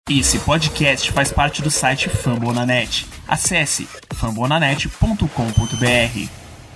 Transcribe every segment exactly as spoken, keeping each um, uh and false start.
Esse podcast faz parte do site Fambonanet. Acesse fambonanet ponto com ponto b r.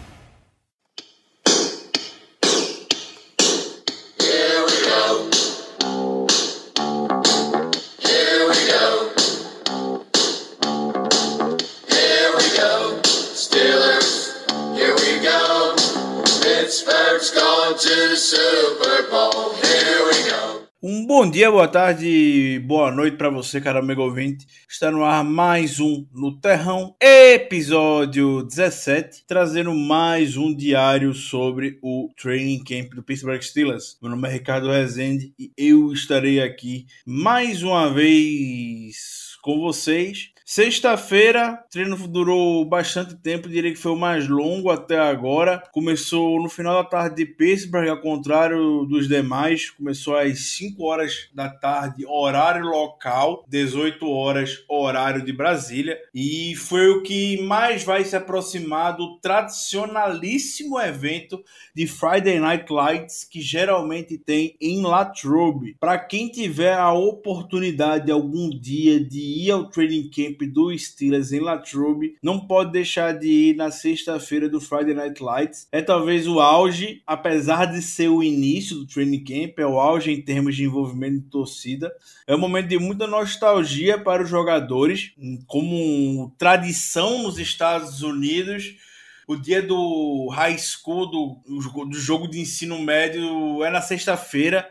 Um bom dia, boa tarde, boa noite para você, cara amigo ouvinte. Está no ar mais um No Terrão, episódio dezessete, trazendo mais um diário sobre o Training Camp do Pittsburgh Steelers. Meu nome é Ricardo Rezende e eu estarei aqui mais uma vez com vocês. Sexta-feira, o treino durou bastante tempo, diria que foi o mais longo até agora. Começou no final da tarde de Pittsburgh, ao contrário dos demais. Começou às cinco horas da tarde, horário local, dezoito horas, horário de Brasília. E foi o que mais vai se aproximar do tradicionalíssimo evento de Friday Night Lights que geralmente tem em Latrobe. Para quem tiver a oportunidade algum dia de ir ao Training Camp do Steelers em Latrobe, não pode deixar de ir na sexta-feira do Friday Night Lights. É talvez o auge, apesar de ser o início do Training Camp, é o auge em termos de envolvimento de torcida. É um momento de muita nostalgia para os jogadores, como tradição nos Estados Unidos. O dia do high school, do, do jogo de ensino médio, é na sexta-feira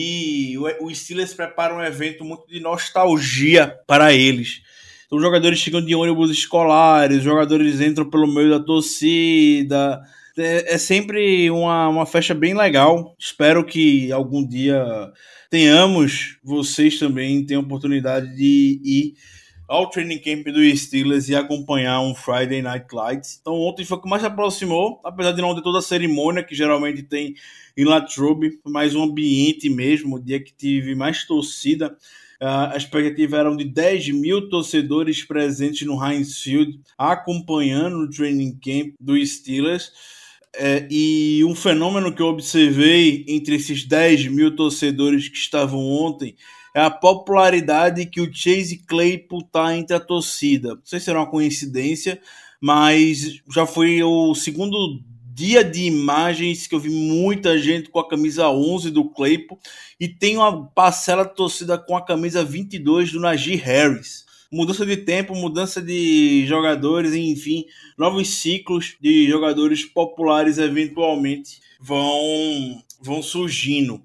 e o Steelers prepara um evento muito de nostalgia para eles. Então, os jogadores chegam de ônibus escolares, os jogadores entram pelo meio da torcida. É, é sempre uma, uma festa bem legal. Espero que algum dia tenhamos, vocês também tenham oportunidade de ir ao Training Camp do Steelers e acompanhar um Friday Night Lights. Então ontem foi o que mais se aproximou, apesar de não ter toda a cerimônia que geralmente tem em Latrobe, mais um ambiente mesmo, o dia que tive mais torcida. Uh, a expectativa era de dez mil torcedores presentes no Heinz Field, acompanhando o Training Camp do Steelers. É, e um fenômeno que eu observei entre esses dez mil torcedores que estavam ontem é a popularidade que o Chase Claypool está entre a torcida. Não sei se era uma coincidência, mas já foi o segundo dia de imagens que eu vi muita gente com a camisa onze do Claypool e tem uma parcela de torcida com a camisa vinte e dois do Najee Harris. Mudança de tempo, mudança de jogadores, enfim, novos ciclos de jogadores populares eventualmente vão, vão surgindo.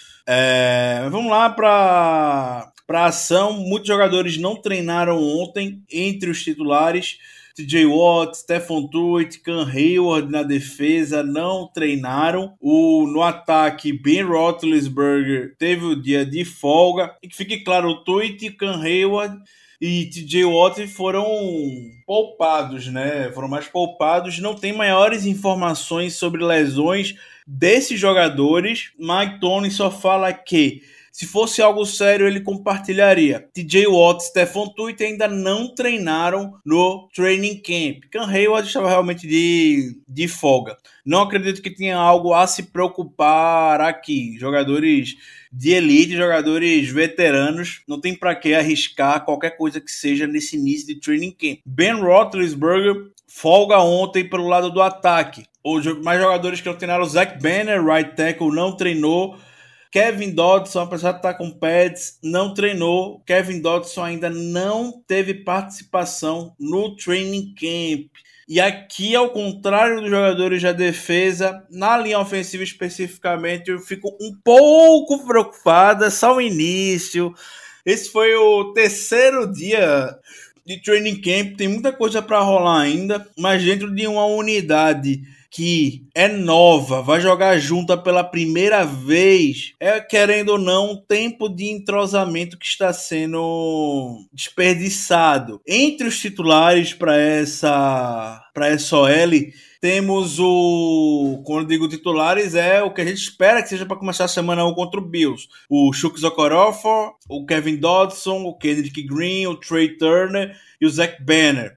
É, vamos lá para a ação. Muitos jogadores não treinaram ontem entre os titulares. T J Watt, Stephon Tuitt, Cam Hayward na defesa não treinaram. O, no ataque, Ben Roethlisberger teve o dia de folga. E que fique claro, o Tuitt, Cam Hayward e T J Watt foram poupados, né? Foram mais poupados. Não tem maiores informações sobre lesões desses jogadores. Mike Tomlin só fala que se fosse algo sério, ele compartilharia. T J Watt e Stephon Tuitt ainda não treinaram no Training Camp. Cam Hayward estava realmente de, de folga. Não acredito que tenha algo a se preocupar aqui. Jogadores de elite, jogadores veteranos, não tem para que arriscar qualquer coisa que seja nesse início de Training Camp. Ben Roethlisberger folga ontem pelo lado do ataque. Os mais jogadores que não treinaram, Zach Banner, right tackle, não treinou. Kevin Dodson, apesar de estar com pads, não treinou. Kevin Dodson ainda não teve participação no Training Camp. E aqui, ao contrário dos jogadores da defesa, na linha ofensiva especificamente, eu fico um pouco preocupado. É só o início. Esse foi o terceiro dia de Training Camp. Tem muita coisa para rolar ainda, mas dentro de uma unidade que é nova, vai jogar junta pela primeira vez, é, querendo ou não, um tempo de entrosamento que está sendo desperdiçado. Entre os titulares para essa, para essa O L, temos o, quando eu digo titulares, é o que a gente espera que seja para começar a semana um contra o Bills. O Chuks Okorafor, o Kevin Dodson, o Kendrick Green, o Trey Turner e o Zach Banner.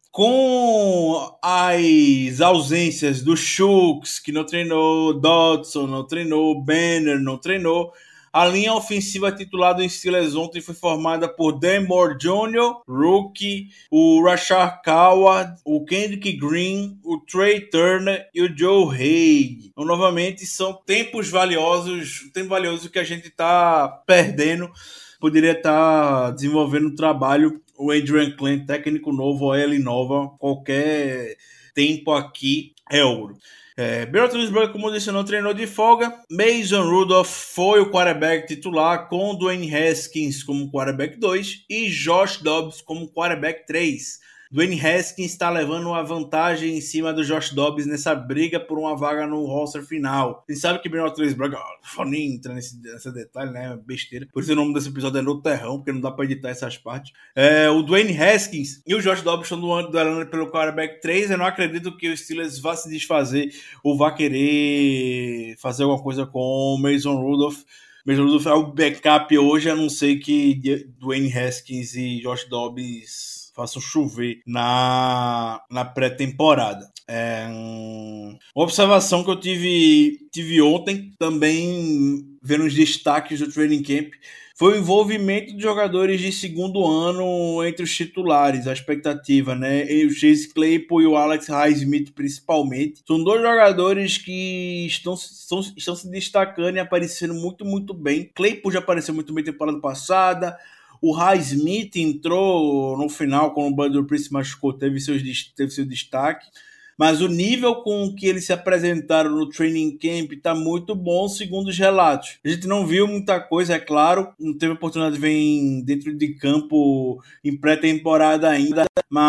Com as ausências do Chuks, que não treinou, Dodson não treinou, Banner não treinou, A linha ofensiva titular do Steelers ontem foi formada por Dan Moore Júnior, rookie, o Rashard Coward, o Kendrick Green, o Trey Turner e o Joe Haig. Então, novamente, são tempos valiosos, um tempo valioso que a gente está perdendo. Poderia estar desenvolvendo um trabalho, o Adrian Klein, técnico novo, O L nova, qualquer tempo aqui é ouro. É, Ben Roethlisberger, como disse, não treinou de folga. Mason Rudolph foi o quarterback titular, com Dwayne Haskins como quarterback dois e Josh Dobbs como quarterback três. Dwayne Haskins está levando uma vantagem em cima do Josh Dobbs nessa briga por uma vaga no roster final. A gente sabe que Ben Roethlisberger, oh, nem entra nesse, nesse detalhe, né? Besteira. Por isso o nome desse episódio é No Terrão, porque não dá pra editar essas partes. É, o Dwayne Haskins e o Josh Dobbs estão duelando pelo quarterback três. Eu não acredito que o Steelers vá se desfazer ou vá querer fazer alguma coisa com o Mason Rudolph. Mason Rudolph é o backup hoje, a não ser que Dwayne Haskins e Josh Dobbs façam chover na, na pré-temporada. É, uma observação que eu tive, tive ontem, também vendo os destaques do training camp, foi o envolvimento de jogadores de segundo ano entre os titulares, a expectativa, né? E o Chase Claypool e o Alex Highsmith, principalmente. São dois jogadores que estão, estão, estão se destacando e aparecendo muito, muito bem. Claypool já apareceu muito bem na temporada passada. O Highsmith entrou no final, quando o Bud Dupree machucou, teve, seus, teve seu destaque. Mas o nível com que eles se apresentaram no training camp está muito bom, segundo os relatos. A gente não viu muita coisa, é claro, não teve oportunidade de ver dentro de campo em pré-temporada ainda,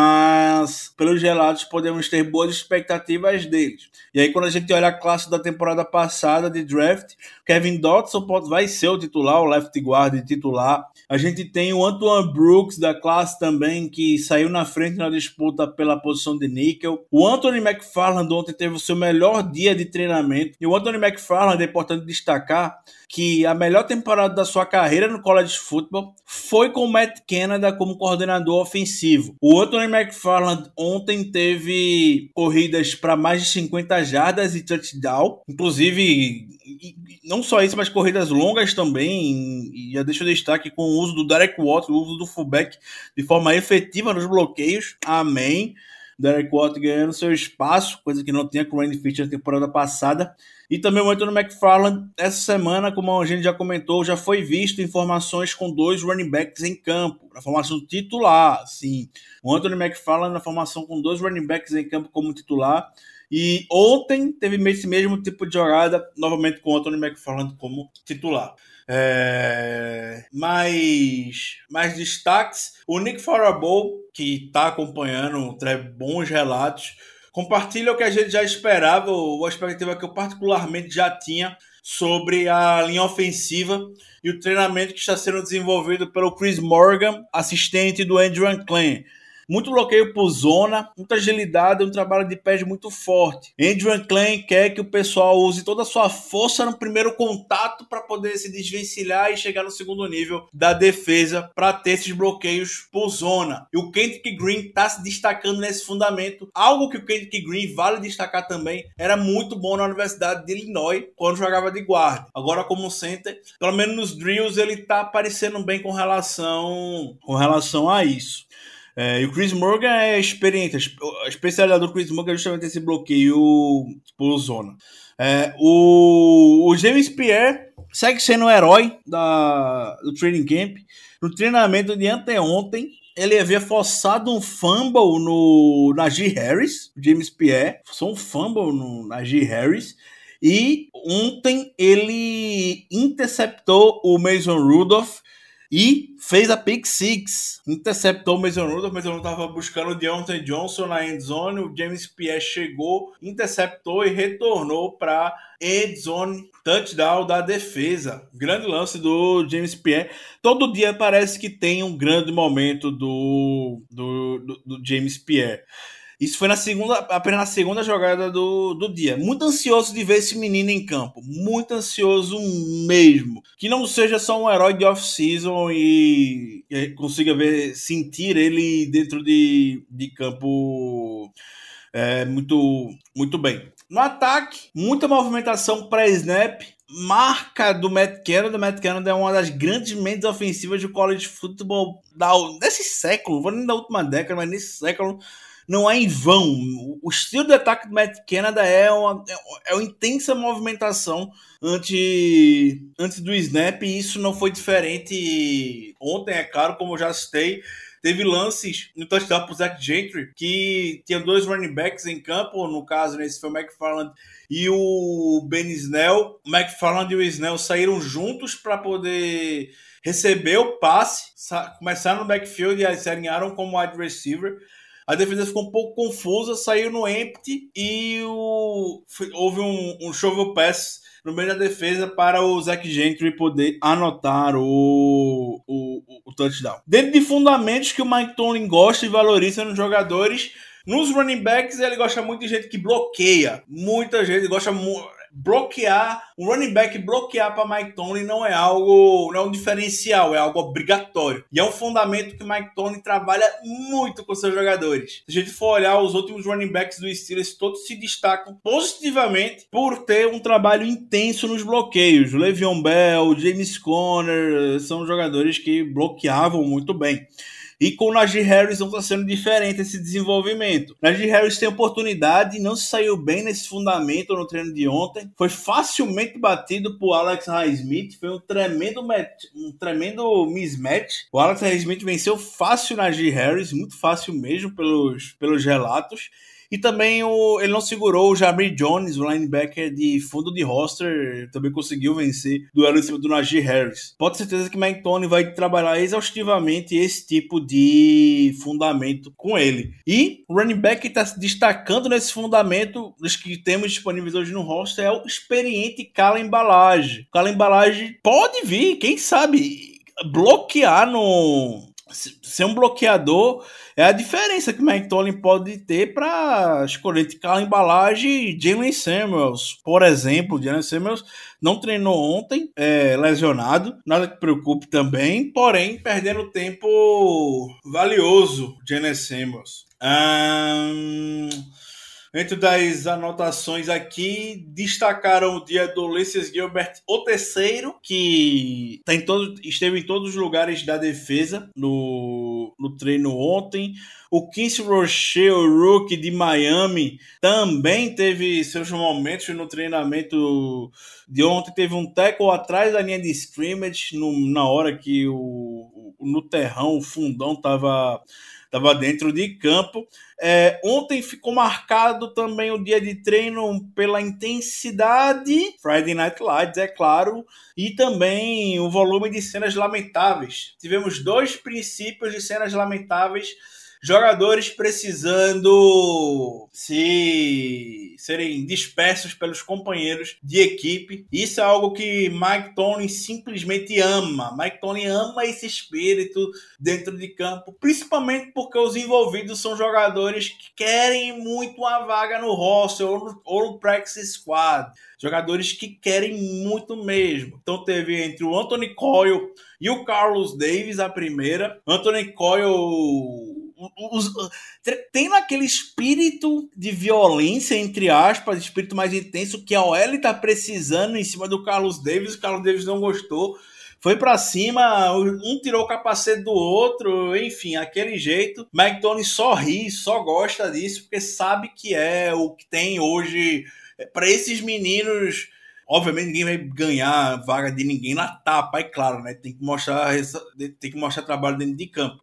mas pelos relatos podemos ter boas expectativas deles. E aí quando a gente olha a classe da temporada passada de draft, Kevin Dotson vai ser o titular, o left guard titular. A gente tem o Antoine Brooks da classe também, que saiu na frente na disputa pela posição de níquel. O Anthony McFarland ontem teve o seu melhor dia de treinamento. E o Anthony McFarland, é importante destacar que a melhor temporada da sua carreira no college football foi com o Matt Canada como coordenador ofensivo. O Anthony McFarland ontem teve corridas para mais de cinquenta jardas e touchdown. Inclusive, não só isso, mas corridas longas também. E já deixo destaque com o uso do Derek Watt, o uso do fullback de forma efetiva nos bloqueios. Amém. Derek Watt ganhando seu espaço, coisa que não tinha com o Randy Fitch na temporada passada. E também o Anthony McFarland, essa semana, como a gente já comentou, já foi visto informações com dois running backs em campo, na formação titular, sim. O Anthony McFarland na formação com dois running backs em campo como titular. E ontem teve esse mesmo tipo de jogada, novamente com o Anthony McFarland como titular. É... Mais, mais destaques, o Nick Farabaugh, que está acompanhando, traz bons relatos, compartilha o que a gente já esperava, ou a expectativa que eu particularmente já tinha sobre a linha ofensiva e o treinamento que está sendo desenvolvido pelo Chris Morgan, assistente do Adrian Klein. Muito bloqueio por zona, muita agilidade, um trabalho de pés muito forte. Adrian Klein quer que o pessoal use toda a sua força no primeiro contato para poder se desvencilhar e chegar no segundo nível da defesa para ter esses bloqueios por zona. E o Kendrick Green está se destacando nesse fundamento. Algo que o Kendrick Green, vale destacar também, era muito bom na Universidade de Illinois quando jogava de guarda. Agora como center, pelo menos nos drills ele está aparecendo bem com relação, com relação a isso. É, e o Chris Morgan é experiente. A especialidade do Chris Morgan é justamente esse bloqueio por zona. É, o, o James Pierre segue sendo o herói da, do training camp. No treinamento de anteontem, ele havia forçado um fumble no Najee Harris. O James Pierre forçou um fumble no Najee Harris. E ontem ele interceptou o Mason Rudolph e fez a pick six, interceptou o Mason Rudolph. O Mason Rudolph estava buscando o Deontay Johnson na endzone, o James Pierre chegou, interceptou e retornou para endzone, touchdown da defesa. Grande lance do James Pierre. Todo dia parece que tem um grande momento do, do, do, do James Pierre. Isso foi na segunda, apenas na segunda jogada do, do dia. Muito ansioso de ver esse menino em campo. Muito ansioso mesmo. Que não seja só um herói de off-season e, e consiga ver, sentir ele dentro de, de campo é, muito, muito bem. No ataque, muita movimentação pré-snap. marca do Matt Canada. O Matt Canada é uma das grandes mentes ofensivas do college football da, desse século, vou nem da última década, mas nesse século não é em vão. O estilo de ataque do Matt Canada é uma, é uma intensa movimentação antes, antes do snap, e isso não foi diferente ontem, é claro, como eu já citei. Teve lances no touchdown pro Zach Gentry, que tinha dois running backs em campo, no caso, esse foi o McFarland e o Ben Snell. O McFarland e o Snell saíram juntos para poder receber o passe, começaram no backfield e se alinharam como wide receiver. A defesa ficou um pouco confusa, saiu no empty e o, foi, houve um, um shovel pass no meio da defesa para o Zach Gentry poder anotar o, o, o touchdown. Dentro de fundamentos que o Mike Tomlin gosta e valoriza nos jogadores, nos running backs ele gosta muito de gente que bloqueia. Muita gente gosta muito. Bloquear, um running back bloquear para Mike Tomlin não é algo, não é um diferencial, é algo obrigatório. E é um fundamento que Mike Tomlin trabalha muito com seus jogadores. Se a gente for olhar os últimos running backs do Steelers, todos se destacam positivamente por ter um trabalho intenso nos bloqueios. O Le'Veon Bell, James Conner, são jogadores que bloqueavam muito bem. E com o Najee Harris não está sendo diferente esse desenvolvimento. Najee Harris tem oportunidade, não se saiu bem nesse fundamento no treino de ontem. Foi facilmente batido por Alex Highsmith. Foi um tremendo, match, um tremendo mismatch. O Alex Highsmith venceu fácil o Najee Harris, muito fácil mesmo pelos, pelos relatos. E também o, ele não segurou o Jabri Jones, o linebacker de fundo de roster, também conseguiu vencer duelo em cima do Najee Harris. Pode ter certeza que Mike Tomlin vai trabalhar exaustivamente esse tipo de fundamento com ele. E o running back que está se destacando nesse fundamento, dos que temos disponíveis hoje no roster, é o experiente Kalen Ballage. O Kalen Ballage pode vir, quem sabe, bloquear no... ser um bloqueador. É a diferença que o Mike Tomlin pode ter para escolher entre Kalen Ballage e Jalen Samuels. Por exemplo, Jalen Samuels não treinou ontem, é, lesionado, nada que preocupe também, porém perdendo tempo valioso, Jalen Samuels. Um... Dentro das anotações aqui, destacaram o dia do Ulysses Gilbert, o terceiro, que tá em todo, esteve em todos os lugares da defesa no, no treino ontem. O Quincy Roche, o rookie de Miami, também teve seus momentos no treinamento de ontem. Teve um tackle atrás da linha de scrimmage, no, na hora que o, no terrão, o fundão estava... estava dentro de campo. É, ontem ficou marcado também o dia de treino pela intensidade, Friday Night Lights, é claro, e também o volume de cenas lamentáveis. Tivemos dois princípios de cenas lamentáveis, jogadores precisando se serem dispersos pelos companheiros de equipe. Isso é algo que Mike Tomlin simplesmente ama. Mike Tomlin ama esse espírito dentro de campo, principalmente porque os envolvidos são jogadores que querem muito uma vaga no roster ou no, ou no practice squad. Jogadores que querem muito mesmo. Então teve entre o Anthony Coyle e o Carlos Davis a primeira. Anthony Coyle... Os, tem naquele espírito de violência, entre aspas, espírito mais intenso que a O L tá precisando em cima do Carlos Davis. O Carlos Davis não gostou, foi pra cima, um tirou o capacete do outro, enfim, aquele jeito. Mike Tomlin só ri, só gosta disso, porque sabe que é o que tem hoje para esses meninos. Obviamente ninguém vai ganhar vaga de ninguém na tapa, é claro, né? Tem que mostrar, tem que mostrar trabalho dentro de campo.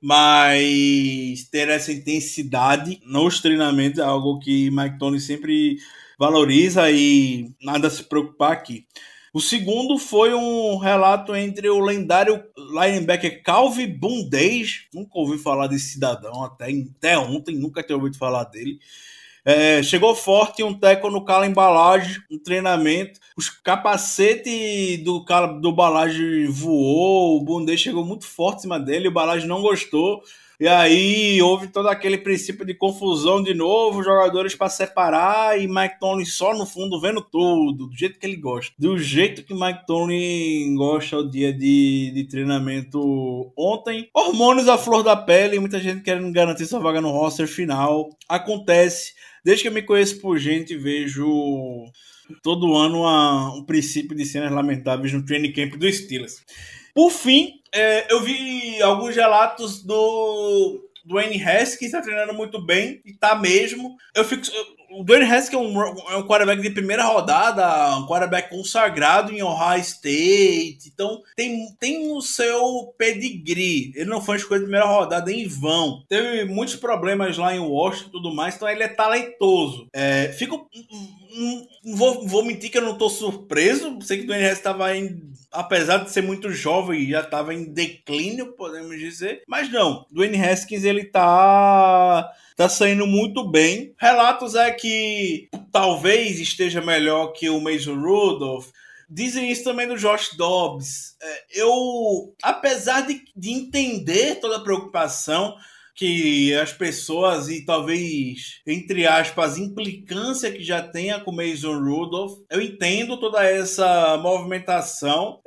Mas ter essa intensidade nos treinamentos é algo que Mike Tomlin sempre valoriza e nada a se preocupar aqui. O segundo foi um relato entre o lendário linebacker Calvin Bundage. Nunca ouvi falar desse cidadão, até, até ontem, nunca tinha ouvido falar dele. É, chegou forte um tackle no Kalen Ballage, um treinamento. Os capacete do, do Ballage voou, o Bundage chegou muito forte em cima dele, o Ballage não gostou. E aí houve todo aquele princípio de confusão de novo, jogadores para separar e Mike Tomlin só no fundo vendo tudo, do jeito que ele gosta. Do jeito que Mike Tomlin gosta o dia de, de treinamento ontem. Hormônios à flor da pele, muita gente querendo garantir sua vaga no roster final. Acontece. Desde que eu me conheço por gente, vejo todo ano uma, um princípio de cenas lamentáveis no training camp do Steelers. Por fim, é, eu vi alguns relatos do Dwayne Haskins tá treinando muito bem, e tá mesmo. Eu fico... O Dwayne Haskins é um, é um quarterback de primeira rodada, um quarterback consagrado em Ohio State. Então, tem, tem o seu pedigree. Ele não foi escolhido de primeira rodada em vão. Teve muitos problemas lá em Washington e tudo mais, então ele é talentoso. É, fico... Não vou, vou mentir que eu não tô surpreso. Sei que o Dwayne Haskins estava em... Apesar de ser muito jovem, já estava em declínio, podemos dizer. Mas não, Dwayne Haskins, ele tá... tá saindo muito bem. Relatos é que talvez esteja melhor que o Mason Rudolph. Dizem isso também do Josh Dobbs. Eu, apesar de, de entender toda a preocupação que as pessoas, e talvez, entre aspas, implicância que já tenha com o Mason Rudolph, eu entendo toda essa movimentação,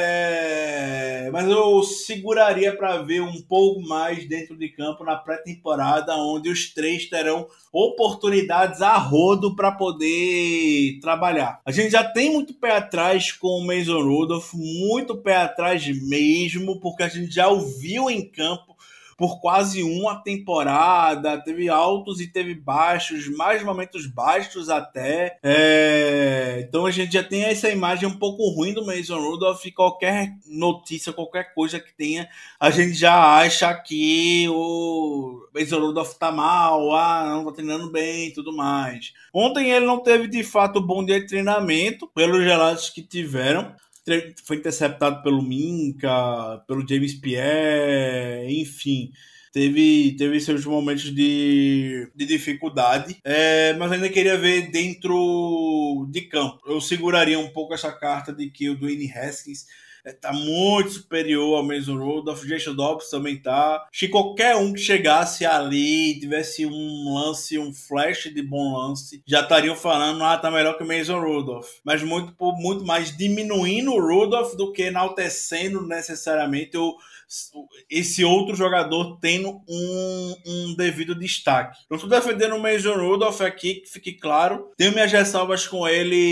é... mas eu seguraria para ver um pouco mais dentro de campo na pré-temporada, onde os três terão oportunidades a rodo para poder trabalhar. A gente já tem muito pé atrás com o Mason Rudolph, muito pé atrás mesmo, porque a gente já o viu em campo por quase uma temporada, teve altos e teve baixos, mais momentos baixos até. É... Então a gente já tem essa imagem um pouco ruim do Mason Rudolph, e qualquer notícia, qualquer coisa que tenha, a gente já acha que o Mason Rudolph tá mal, ah, não tá treinando bem e tudo mais. Ontem ele não teve de fato bom dia de treinamento, pelos relatos que tiveram. Foi interceptado pelo Minka, pelo James Pierre, enfim. Teve, teve seus momentos de, de dificuldade, é, mas ainda queria ver dentro de campo. Eu seguraria um pouco essa carta de que o Dwayne Haskins está muito superior ao Mason Rudolph. O Jason Dobbs também tá. Se qualquer um que chegasse ali, tivesse um lance, um flash de bom lance, já estariam falando, ah, tá melhor que o Mason Rudolph. Mas muito, muito mais diminuindo o Rudolph do que enaltecendo necessariamente o esse outro jogador tendo um, um devido destaque. Não estou defendendo o Mason Rudolph aqui, que fique claro. Tenho minhas ressalvas com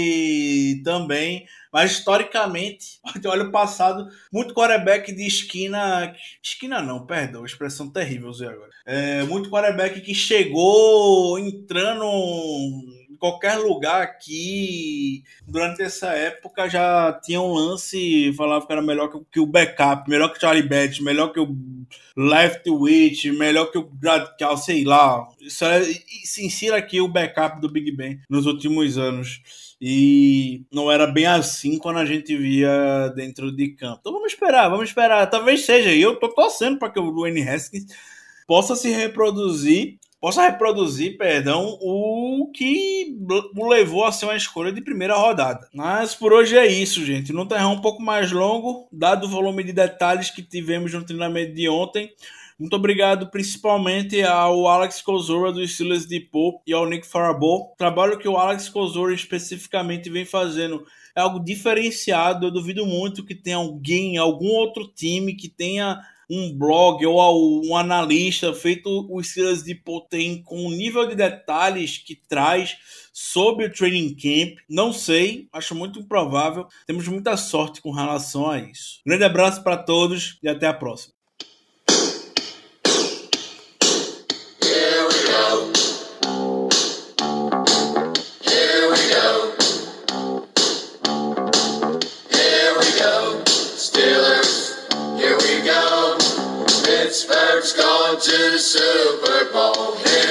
ele também, mas historicamente, olha o passado, muito quarterback de esquina... Esquina não, perdão, expressão terrível, Zé, agora. É, muito quarterback que chegou entrando em qualquer lugar aqui, durante essa época já tinha um lance, falava que era melhor que o backup, melhor que o Charlie Batch, melhor que o Leftwich, melhor que o Gradcal, sei lá. Isso é, se insira aqui o backup do Big Ben nos últimos anos. E não era bem assim quando a gente via dentro de campo. Então vamos esperar, vamos esperar. Talvez seja. E eu tô torcendo para que o Dwayne Haskins possa se reproduzir, possa reproduzir, perdão, o que o levou a ser uma escolha de primeira rodada. Mas por hoje é isso, gente. No terrão um pouco mais longo, dado o volume de detalhes que tivemos no treinamento de ontem. Muito obrigado principalmente ao Alex Kozora do Steelers Depot e ao Nick Farabaugh. O trabalho que o Alex Kozora especificamente vem fazendo é algo diferenciado. Eu duvido muito que tenha alguém, algum outro time que tenha um blog ou um analista feito o Steelers Depot tem, com o nível de detalhes que traz sobre o training camp. Não sei, acho muito improvável. Temos muita sorte com relação a isso. Um grande abraço para todos e até a próxima. Pittsburgh's gone to the Super Bowl. Here